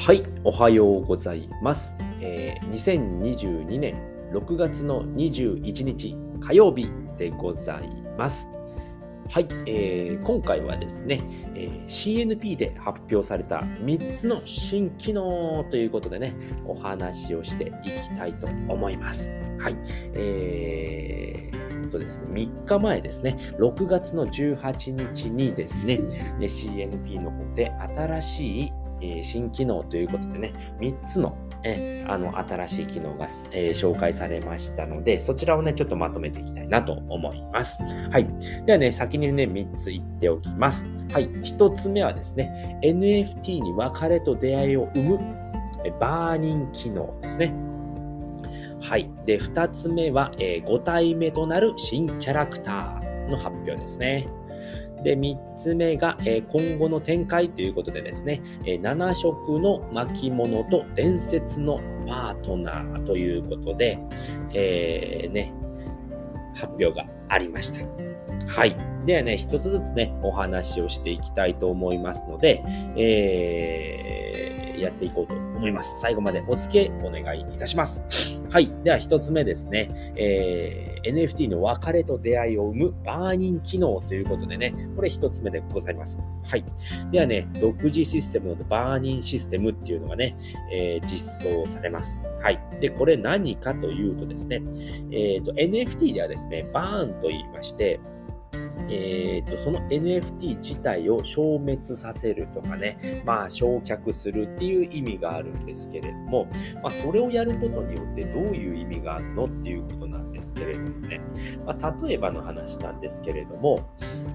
はい、おはようございます。2022年6月の21日火曜日でございます。はい、今回はですね、CNP で発表された3つの新機能ということでね、お話をしていきたいと思います。はい、ですね、3日前ですね、6月の18日にですね、CNP の方で新しい新機能ということでね、3つの新しい機能が、紹介されましたので、そちらをね、ちょっとまとめていきたいなと思います。はい。ではね、先にね、3つ言っておきます。はい。1つ目はですね、NFT に別れと出会いを生むバーニン機能ですね。はい。で、2つ目は、5体目となる新キャラクターの発表ですね。で、3つ目が、今後の展開ということでですね、7色の巻物と伝説のパートナーということで、発表がありました。はい。ではね、一つずつね、お話をしていきたいと思いますので、やっていこうと思います。最後までお付き合いお願いいたします。はい。では一つ目ですね、NFT の別れと出会いを生むバーニン機能ということでね、これ一つ目でございます。はい。ではね、独自システムのバーニンシステムっていうのがね、実装されます。はい。で、これ何かというとですね、NFT ではですね、バーンと言いまして、その NFT 自体を消滅させるとかね、焼却するっていう意味があるんですけれども、それをやることによってどういう意味があるのっていうことなんですけれどもね、例えばの話なんですけれども、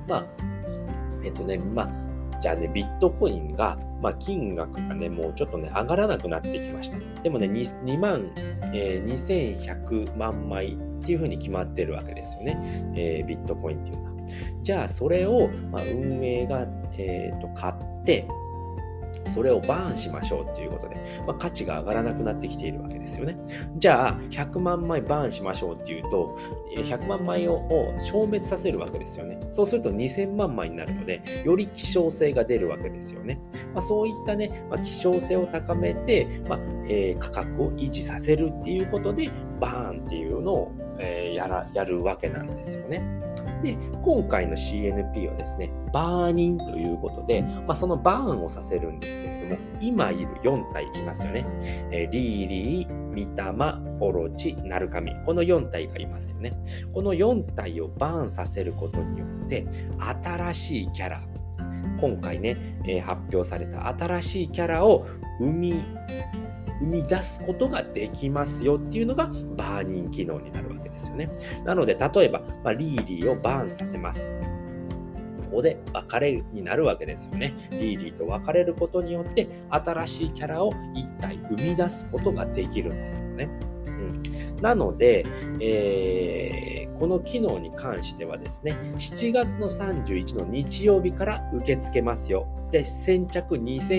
じゃあね、ビットコインが、金額がね、もうちょっとね、上がらなくなってきました。でもね、2万、2100万枚っていうふうに決まってるわけですよね。ビットコインっていうのは。じゃあ、それを、運営が、買って、それをバーンしましょうっていうことで、価値が上がらなくなってきているわけですよね。じゃあ、100万枚バーンしましょうっていうと、100万枚を消滅させるわけですよね。そうすると2000万枚になるので、より希少性が出るわけですよね。そういったね、希少性を高めて、価格を維持させるっていうことで、バーンっていうのを、やるわけなんですよね。で、今回の CNP はですね、バーニンということで、そのバーンをさせるんですけれども、今いる4体いますよね。リーリー、ミタマ、オロチ、ナルカミ。この4体がいますよね。この4体をバーンさせることによって、新しいキャラ、今回ね、発表された新しいキャラを生み出すことができますよっていうのがバーニン機能になるわけですよね。なので、例えば、リーリーをバーンさせます。ここで別れになるわけですよね。リーリーと別れることによって、新しいキャラを一体生み出すことができるんですよね。なので、この機能に関してはですね、7月の31の日曜日から受け付けますよ。で、先着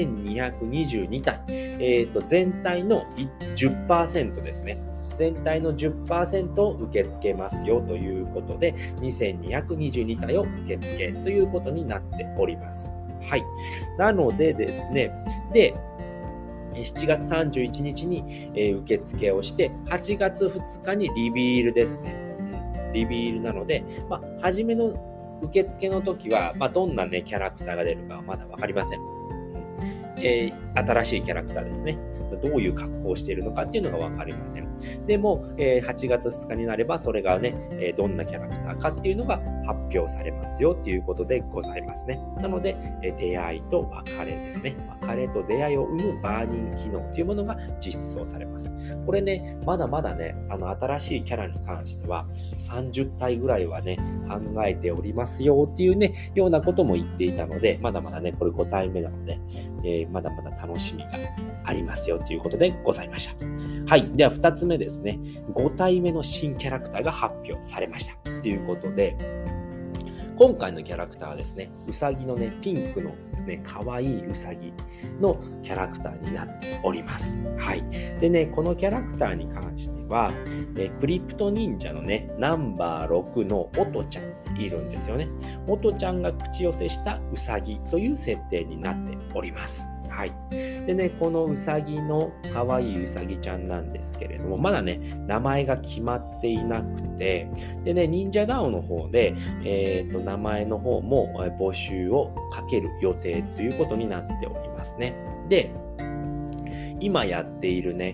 2222体、全体の 10% ですね。全体の 10% を受け付けますよということで、2222体を受け付けということになっております。はい。なのでですね、で、7月31日に、受付をして、8月2日にリビールですね。リビールなので、初めの受付の時は、どんなね、キャラクターが出るかはまだわかりません。新しいキャラクターですね。どういう格好をしているのかっていうのがわかりません。でも、8月2日になれば、それがね、どんなキャラクターかっていうのが発表されますよっていうことでございますね。なので、出会いと別れですね。別れと出会いを生むバーニン機能っていうものが実装されます。これね、まだまだね、新しいキャラに関しては、30体ぐらいはね、考えておりますよっていうね、ようなことも言っていたので、まだまだね、これ5体目なので、まだまだ楽しみがありますよということでございました。はい。では2つ目ですね。5体目の新キャラクターが発表されました。ということで、今回のキャラクターはですね、うさぎのね、ピンクのね、可愛いうさぎのキャラクターになっております。はい。でね、このキャラクターに関しては、クリプト忍者のね、ナンバー6のオトちゃんっているんですよね。オトちゃんが口寄せしたうさぎという設定になっております。はい。 でね、このうさぎの可愛いうさぎちゃんなんですけれども、まだね、名前が決まっていなくて、でね、忍者ダオの方で、名前の方も募集をかける予定ということになっておりますね。で、今やっているね、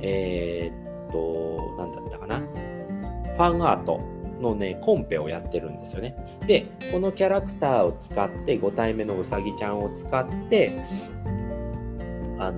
なんだったかな、ファンアートのね、コンペをやってるんですよね。で、このキャラクターを使って、5体目のうさぎちゃんを使って、ファ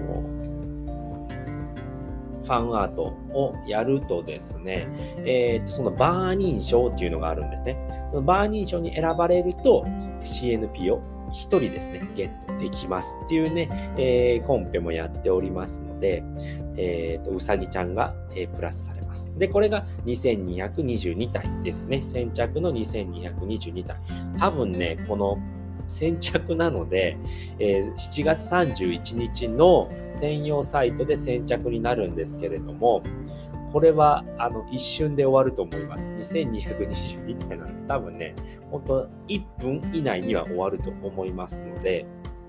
ンアートをやるとですね、そのバー認証っていうのがあるんですね。そのバー認証に選ばれると CNP を1人ですね、ゲットできますっていうね、コンペもやっておりますので、うさぎちゃんが、プラスされます。で、これが2222体ですね。先着の2222体。多分ね、この先着なので、7月31日の専用サイトで先着になるんですけれども、これは一瞬で終わると思います。2222体なので、多分ね、本当1分以内には終わると思いますので、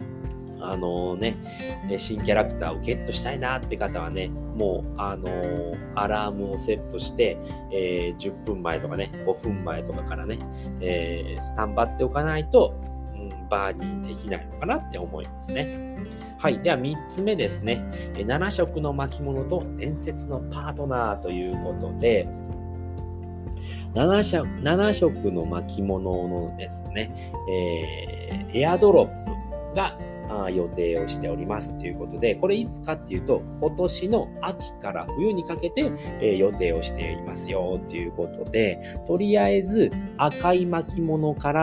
新キャラクターをゲットしたいなって方はね、もうアラームをセットして、10分前とかね、5分前とかからね、スタンバっておかないと、バーにできないのかなって思いますね。はい。では3つ目ですね。7色の巻物と伝説のパートナーということで、7色の巻物のですね、エアドロップが予定をしておりますということで、これいつかっていうと、今年の秋から冬にかけて、予定をしていますよということで、とりあえず赤い巻物から、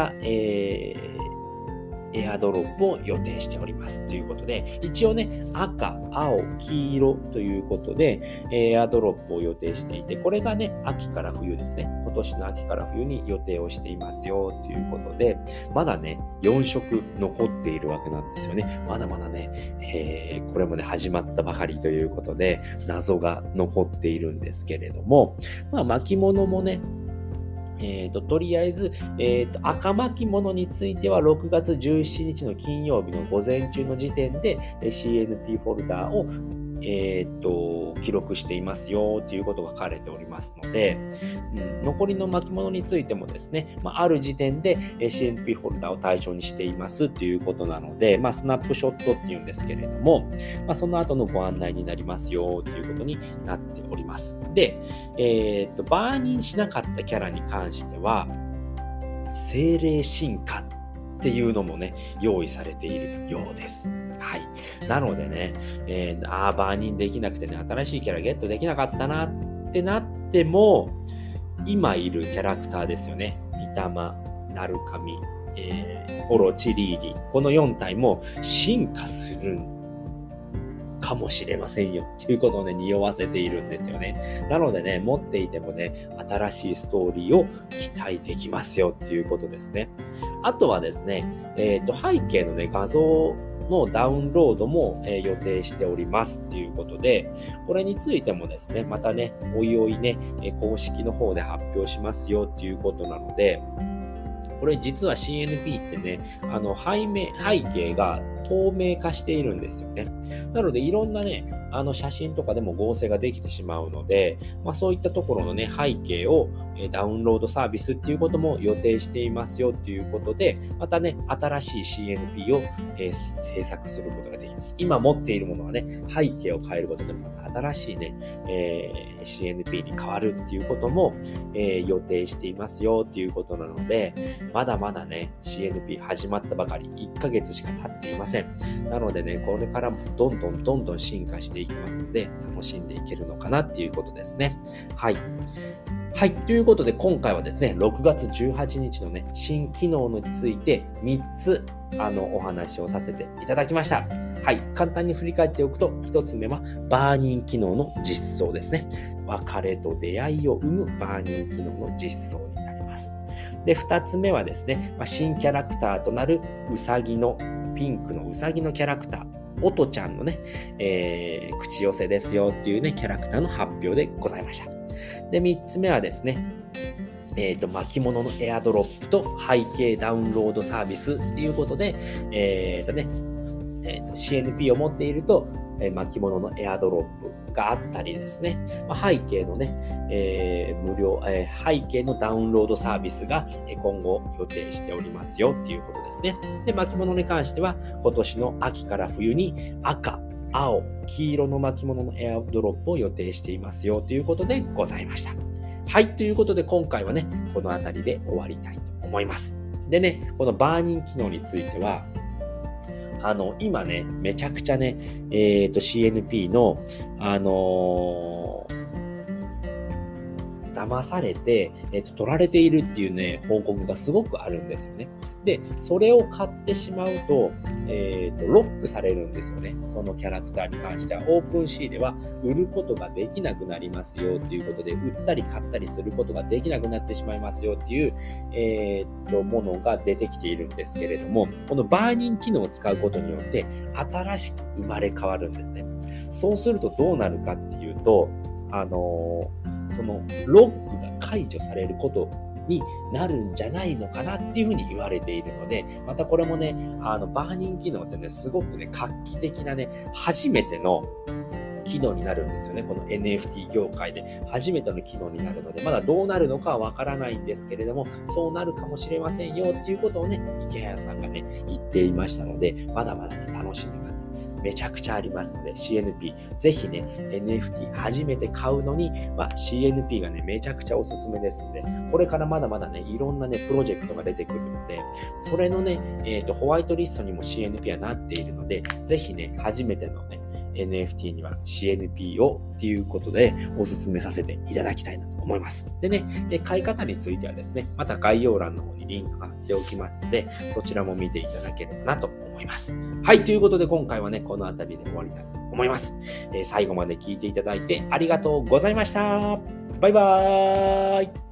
エアドロップを予定しておりますということで、一応ね、赤、青、黄色ということで、エアドロップを予定していて、これがね、秋から冬ですね。今年の秋から冬に予定をしていますよということで、まだね、4色残っているわけなんですよね。まだまだね、これもね、始まったばかりということで、謎が残っているんですけれども、まあ、巻物もね、とりあえず、赤巻物については6月17日の金曜日の午前中の時点で CNP フォルダーを記録していますよということが書かれておりますので、残りの巻物についてもですね、ある時点で CNP フォルダを対象にしていますということなので、スナップショットっていうんですけれども、その後のご案内になりますよということになっております。で、バーニンしなかったキャラに関しては、精霊進化っていうのもね、用意されているようです。はい。なのでね、バーニンできなくてね、新しいキャラゲットできなかったなってなっても、今いるキャラクターですよね。御霊、ナルカミ、オロチリーリ、この4体も進化するかもしれませんよということをね、匂わせているんですよね。なのでね、持っていてもね、新しいストーリーを期待できますよっていうことですね。あとはですね、背景のね、画像のダウンロードも、予定しておりますっていうことで、これについてもですね、またね、おいおいね、公式の方で発表しますよっていうことなので、これ実は CNP ってね、背景が透明化しているんですよね。なのでいろんなね、写真とかでも合成ができてしまうので、そういったところのね、背景をダウンロードサービスっていうことも予定していますよっていうことで、またね、新しい CNP を、制作することができます。今持っているものはね、背景を変えることでまた新しいね、CNP に変わるっていうことも、予定していますよっていうことなので、まだまだね、CNP 始まったばかり、1ヶ月しか経っていません。なのでね、これからもどんどん進化していきますので、楽しんでいけるのかなっていうことですね。はい。はい。ということで、今回はですね、6月18日のね、新機能について3つ、お話をさせていただきました。はい。簡単に振り返っておくと、1つ目は、バーニン機能の実装ですね。別れと出会いを生むバーニン機能の実装になります。で、2つ目はですね、新キャラクターとなるピンクのうさぎのキャラクター、おとちゃんのね、口寄せですよっていうね、キャラクターの発表でございました。で、3つ目はですね、巻物のエアドロップと背景ダウンロードサービスっていうことで、 CNP を持っていると、巻物のエアドロップがあったりですね、背景のね、無料、背景のダウンロードサービスが今後予定しておりますよっていうことですね。で、巻物に関しては今年の秋から冬に赤、青、黄色の巻物のエアドロップを予定していますよということでございました。はい、ということで今回はね、この辺りで終わりたいと思います。でね、このバーニン機能については、今ね、めちゃくちゃね、CNP の、騙されて、取られているっていうね、報告がすごくあるんですよね。で、それを買ってしまうと、ロックされるんですよね。そのキャラクターに関しては、オープンシーでは売ることができなくなりますよっていうことで、売ったり買ったりすることができなくなってしまいますよっていう、ものが出てきているんですけれども、このバーニン機能を使うことによって、新しく生まれ変わるんですね。そうするとどうなるかっていうと、そのロックが解除されることになるんじゃないのかなっていうふうに言われているので、またこれもね、バーニング機能ってね、すごくね、画期的なね、初めての機能になるんですよね。この NFT 業界で初めての機能になるので、まだどうなるのかはわからないんですけれども、そうなるかもしれませんよっていうことをね、池谷さんがね、言っていましたので、まだまだね、楽しみがめちゃくちゃありますので、CNP、ぜひね、NFT 初めて買うのに、CNP がね、めちゃくちゃおすすめですので、これからまだまだね、いろんなね、プロジェクトが出てくるので、それのね、ホワイトリストにも CNP はなっているので、ぜひね、初めてのね、NFT には CNP をっていうことでお勧めさせていただきたいなと思います。でね、買い方についてはですね、また概要欄の方にリンクが貼っておきますので、そちらも見ていただければなと思います。はい、ということで今回はね、この辺りで終わりたいと思います。最後まで聞いていただいてありがとうございました。バイバーイ。